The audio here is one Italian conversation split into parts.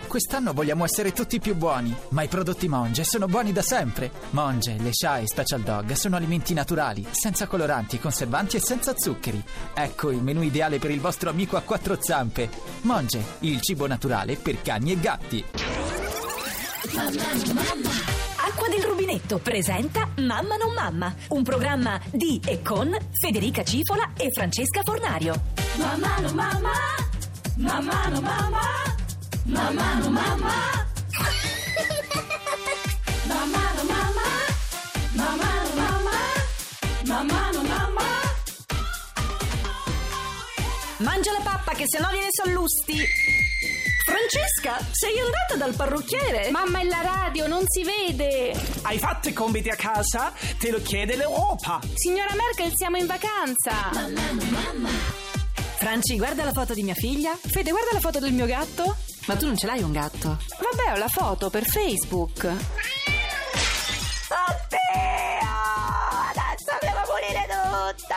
Quest'anno vogliamo essere tutti più buoni, ma i prodotti Monge sono buoni da sempre. Monge, le Sha e Special Dog sono alimenti naturali, senza coloranti, conservanti e senza zuccheri. Ecco il menù ideale per il vostro amico a quattro zampe. Monge, il cibo naturale per cani e gatti. Acqua del Rubinetto presenta Mamma non mamma, un programma di e con Federica Cifola e Francesca Fornario. Mamma non mamma, mamma non mamma, mamma non mamma, mamma non mamma, mamma non mamma, mamma non mamma. Mangia la pappa che sennò viene sallusti. Francesca, sei andata dal parrucchiere? Mamma, è la radio, non si vede. Hai fatto i compiti a casa? Te lo chiede l'Europa. Signora Merkel, siamo in vacanza. Franci, guarda la foto di mia figlia. Fede, guarda la foto del mio gatto. Ma tu non ce l'hai un gatto? Vabbè, ho la foto per Facebook. Oddio, adesso devo morire tutta.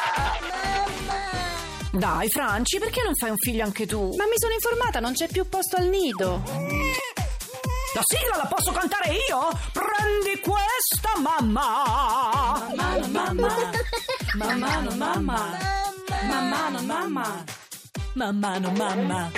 Dai, Franci, perché non fai un figlio anche tu? Ma mi sono informata, non c'è più posto al nido. La sigla la posso cantare io? Prendi questa, mamma. Mamma non mamma, mamma non mamma, mamma non mamma, mamma non mamma.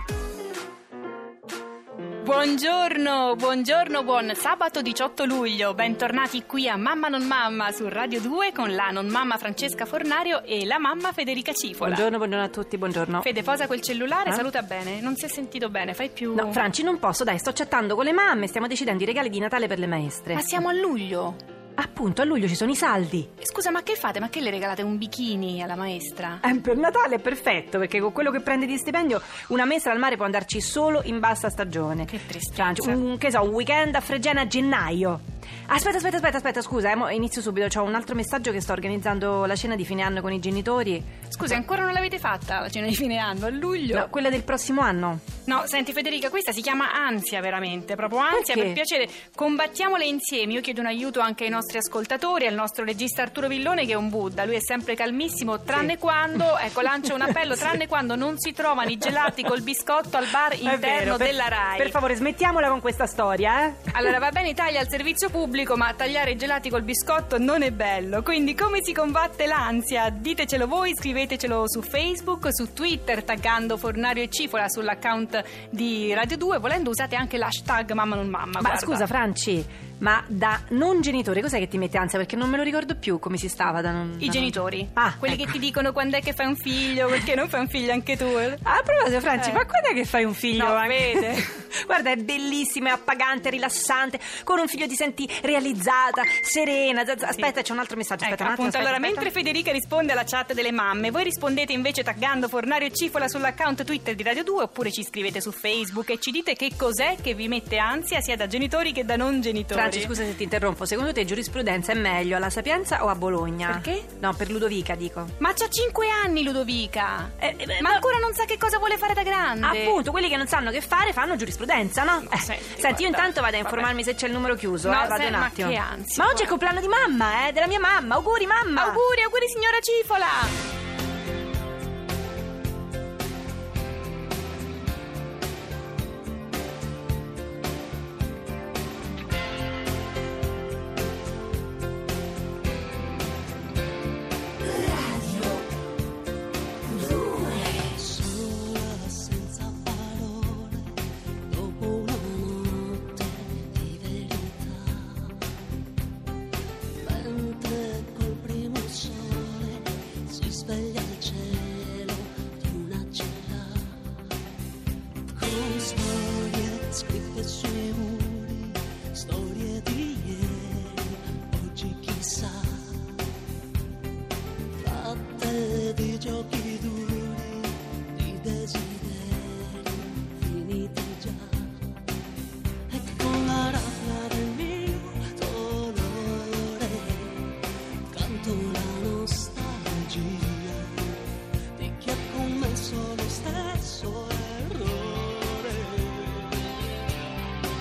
Buongiorno, buon sabato 18 luglio. Bentornati qui a Mamma non mamma su Radio 2 con la non mamma Francesca Fornario e la mamma Federica Cifola. Buongiorno a tutti, buongiorno. Fede, posa quel cellulare, saluta bene. Non si è sentito bene, fai più... No, Franci, non posso, dai, sto chattando con le mamme, stiamo decidendo i regali di Natale per le maestre. Ma siamo a luglio. Appunto, a luglio ci sono i saldi. Scusa, ma che fate? Ma che le regalate un bikini alla maestra? Per Natale è perfetto, perché con quello che prende di stipendio una maestra al mare può andarci solo in bassa stagione. Che tristezza. Un weekend a Fregene a gennaio. Aspetta, scusa, inizio subito. C'ho un altro messaggio che sto organizzando la cena di fine anno con i genitori. Scusi, ancora non l'avete fatta la cena di fine anno, a luglio? No, quella del prossimo anno. No, senti Federica, questa si chiama ansia veramente, proprio ansia. Perché? Per piacere, combattiamole insieme. Io chiedo un aiuto anche ai nostri ascoltatori, al nostro regista Arturo Villone che è un Buddha, lui è sempre calmissimo, tranne quando, ecco, lancia un appello, tranne quando non si trovano i gelati col biscotto al bar interno della Rai. Per favore, smettiamola con questa storia, Allora, va bene, Italia al servizio pubblico, ma tagliare i gelati col biscotto non è bello. Quindi come si combatte l'ansia? Ditecelo voi, scrivetecelo su Facebook, su Twitter, taggando Fornario e Cifola sull'account di Radio 2. Volendo usate anche l'hashtag Mamma non mamma. Ma guarda. scusa, Franci, ma da non genitore cos'è che ti mette ansia? Perché non me lo ricordo più come si stava da non... I genitori, quelli ecco. che ti dicono quando è che fai un figlio, perché non fai un figlio anche tu? A proposito, Franci, ma quando è che fai un figlio? No, anche? vede. Guarda, è bellissimo, è appagante, rilassante. Con un figlio ti senti realizzata, serena. Aspetta, c'è un altro messaggio. Aspetta, Ecco, appunto, aspetta. mentre Federica risponde alla chat delle mamme, voi rispondete invece taggando Fornario e Cifola sull'account Twitter di Radio 2, oppure ci scrivete su Facebook e ci dite che cos'è che vi mette ansia sia da genitori che da non genitori. Franci, scusa se ti interrompo. Secondo te giurisprudenza è meglio alla Sapienza o a Bologna? Perché? No, per Ludovica dico. Ma c'ha 5 anni Ludovica. Ma ancora non sa che cosa vuole fare da grande. Appunto, quelli che non sanno che fare fanno giurisprudenza, no? Senti, io intanto vado a informarmi se c'è il numero chiuso. No, vado un attimo. Ma che ansia. Ma oggi è il compleanno di mamma, della mia mamma. Auguri, mamma. Auguri signora Cifola. Scritte sui muri, storie di ieri, oggi chissà, fatte di giochi duri, di desideri finiti già, e con la rabbia del mio dolore canto la nostalgia di chi ha commesso lo stesso errore.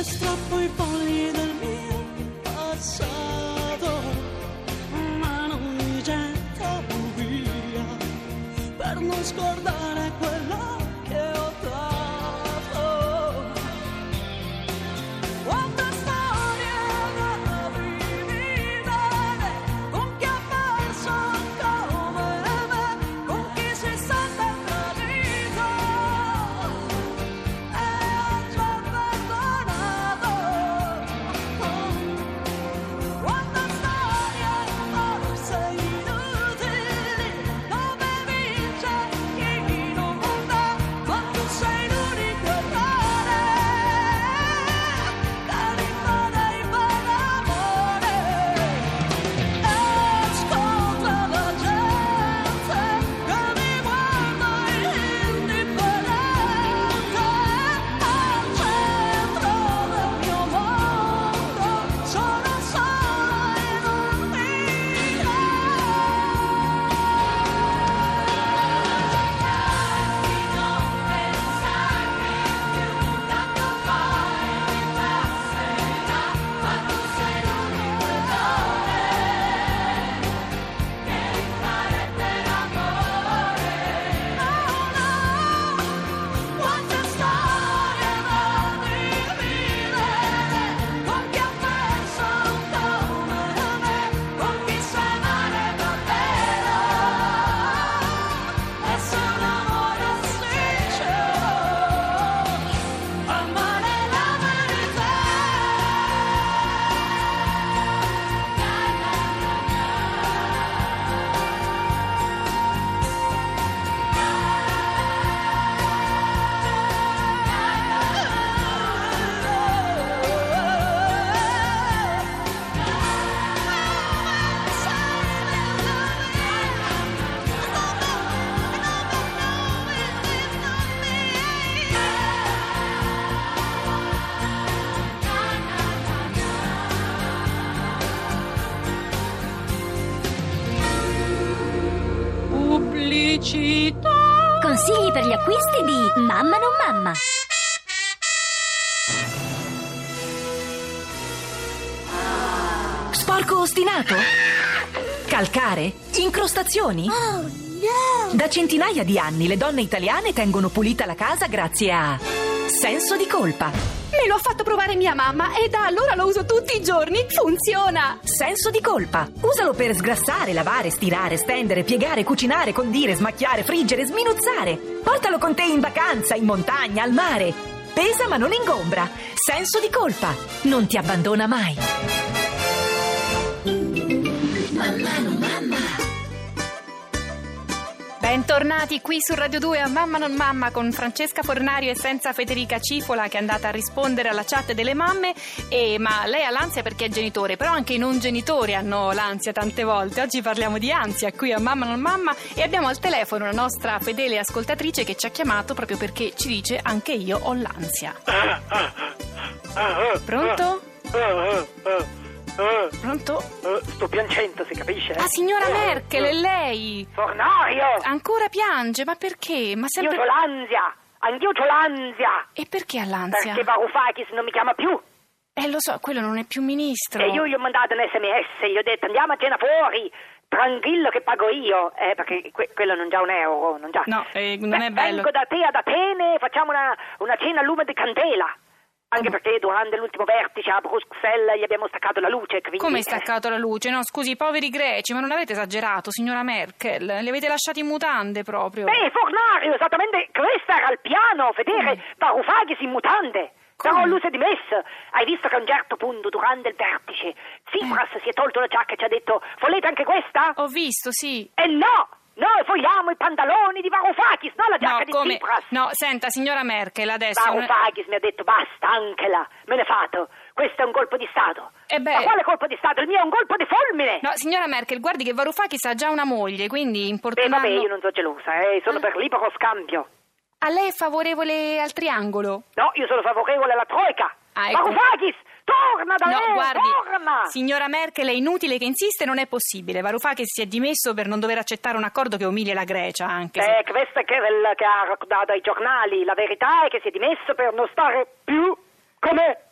e strappo i fogli del mio passato, ma non li getto via per non scordare quello che ho dato. Quanta storia da rivedere, con chi ha perso come me, con chi si sente tradito e ha già perdonato. Quanta storia forse inutili, dove vince chi non dà, ma tu sei l'unico errore che rimane in buon'amore. Ascolta la gente che mi guarda indifferente, al centro del mio mondo sono sola e non mia. Non pensare più, tanto poi mi passerà, ma tu sei l'unico errore che rimane per amore. No, no, quante storie da rivivere, con chi ha perso come me, con chi sa amare davvero, è solo amore sincero, amare la verità. Pubblicità. Consigli per gli acquisti di Mamma non Mamma. Sporco ostinato? Calcare? Incrostazioni? Oh no! Da centinaia di anni le donne italiane tengono pulita la casa grazie a Senso di colpa. Me lo ha fatto provare mia mamma e da allora lo uso tutti i giorni. Funziona! Senso di colpa. Usalo per sgrassare, lavare, stirare, stendere, piegare, cucinare, condire, smacchiare, friggere, sminuzzare. Portalo con te in vacanza, in montagna, al mare. Pesa ma non ingombra. Senso di colpa. Non ti abbandona mai. Mamma non mamma. Bentornati qui su Radio 2 a Mamma non Mamma con Francesca Fornario e senza Federica Cifola, che è andata a rispondere alla chat delle mamme. Ma lei ha l'ansia perché è genitore, però anche i non genitori hanno l'ansia tante volte. Oggi parliamo di ansia qui a Mamma non Mamma e abbiamo al telefono la nostra fedele ascoltatrice che ci ha chiamato proprio perché ci dice: anche io ho l'ansia. Pronto? Pronto? Sto piangendo, si capisce? Ah, signora Merkel, è lei? Fornario! Ancora piange? Ma perché? Ma sempre... Io ho l'ansia! Anch'io ho l'ansia! E perché ha l'ansia? Perché Varoufakis non mi chiama più! Lo so, quello non è più ministro. E io gli ho mandato un sms, gli ho detto andiamo a cena fuori, tranquillo che pago io, perché quello non già €1, non già. No, non è bello. Vengo da te ad Atene, facciamo una cena a lume di candela. Anche perché durante l'ultimo vertice a Bruxelles gli abbiamo staccato la luce. Quindi, come staccato la luce? No, scusi, poveri greci, ma non avete esagerato, signora Merkel? Li avete lasciati in mutande proprio. Fornario, esattamente questo era il piano, vedere Varoufakis in mutande. Come? Però lui si è dimesso. Hai visto che a un certo punto, durante il vertice, Tsipras si è tolto la giacca e ci ha detto: volete anche questa? Ho visto, sì. E no! Noi vogliamo i pantaloni di Varoufakis, non la giacca No, di come? Tsipras. No, senta, signora Merkel, adesso... Varoufakis mi ha detto basta, anchela, me ne fatto. Questo è un colpo di Stato. Ma quale colpo di Stato? Il mio è un colpo di fulmine. No, signora Merkel, guardi che Varoufakis ha già una moglie, quindi importunarlo... Vabbè, io non sono gelosa, sono per libero scambio. A lei è favorevole al triangolo? No, io sono favorevole alla troika. Ecco. Varoufakis, torna da me, guardi, torna! Signora Merkel, è inutile che insiste, non è possibile. Varoufakis si è dimesso per non dover accettare un accordo che umilia la Grecia, anche se... Questo è che ha raccontato ai giornali. La verità è che si è dimesso per non stare più come...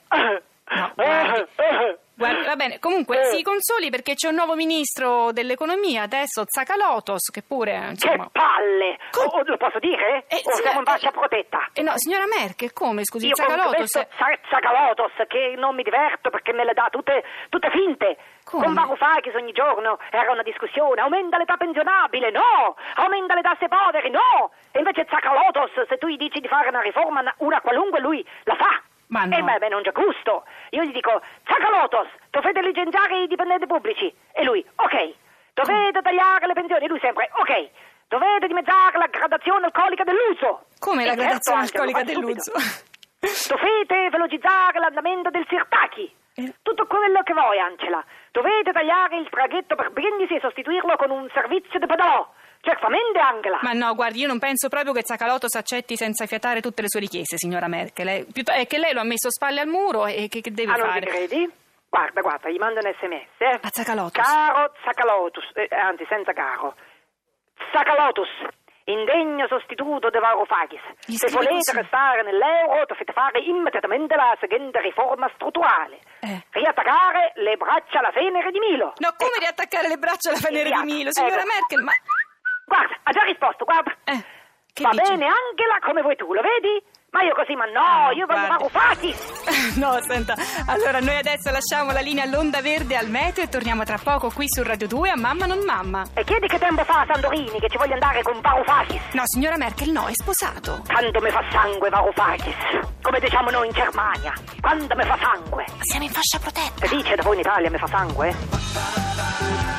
Guardi, va bene, comunque si consoli perché c'è un nuovo ministro dell'economia adesso, Tsakalotos, che pure, insomma... Che palle! Lo posso dire? O siamo in fascia protetta? No, signora Merkel, come, scusi, Io Tsakalotos... Tsakalotos, che non mi diverto perché me le dà tutte finte. Come? Con Varoufakis ogni giorno era una discussione, aumenta l'età pensionabile, no! Aumenta le tasse poveri, no! E invece Tsakalotos, se tu gli dici di fare una riforma, una qualunque, lui la fa. Ma no. Beh, non c'è gusto. Io gli dico, Tsakalotos, dovete licenziare i dipendenti pubblici. E lui, ok. Dovete tagliare le pensioni. E lui sempre, ok. Dovete dimezzare la gradazione alcolica dell'uso. Come la gradazione certo, alcolica dell'uso? Dovete velocizzare l'andamento del Sirtaki. Tutto quello che vuoi, Angela. Dovete tagliare il traghetto per Brindisi e sostituirlo con un servizio di pedalò. Certamente, Angela. Ma no, guardi, io non penso proprio che Tsakalotos accetti senza fiatare tutte le sue richieste, signora Merkel. È che lei lo ha messo spalle al muro e che deve non fare? ti credi? Guarda, gli mando un sms. A Tsakalotos. Caro Tsakalotos, anzi senza caro. Tsakalotos, indegno sostituto di Varoufakis. Se volete restare nell'euro dovete fare immediatamente la seguente riforma strutturale. Riattaccare le braccia alla Venere di Milo. No, come riattaccare le braccia alla Venere di Milo, signora Merkel? Ma... Guarda, ha già risposto, guarda. Che Va dici? bene, Angela, come vuoi tu, lo vedi? Ma io così, ma no, io voglio Varoufakis. No, senta, allora noi adesso lasciamo la linea all'onda verde al meteo e torniamo tra poco qui su Radio 2 a Mamma non Mamma. E chiedi che tempo fa a Sandorini che ci voglio andare con Varoufakis. No, signora Merkel, no, è sposato. Quando mi fa sangue Varoufakis, come diciamo noi in Germania, quando mi fa sangue. Siamo in fascia protetta. Si dice da voi in Italia mi fa sangue?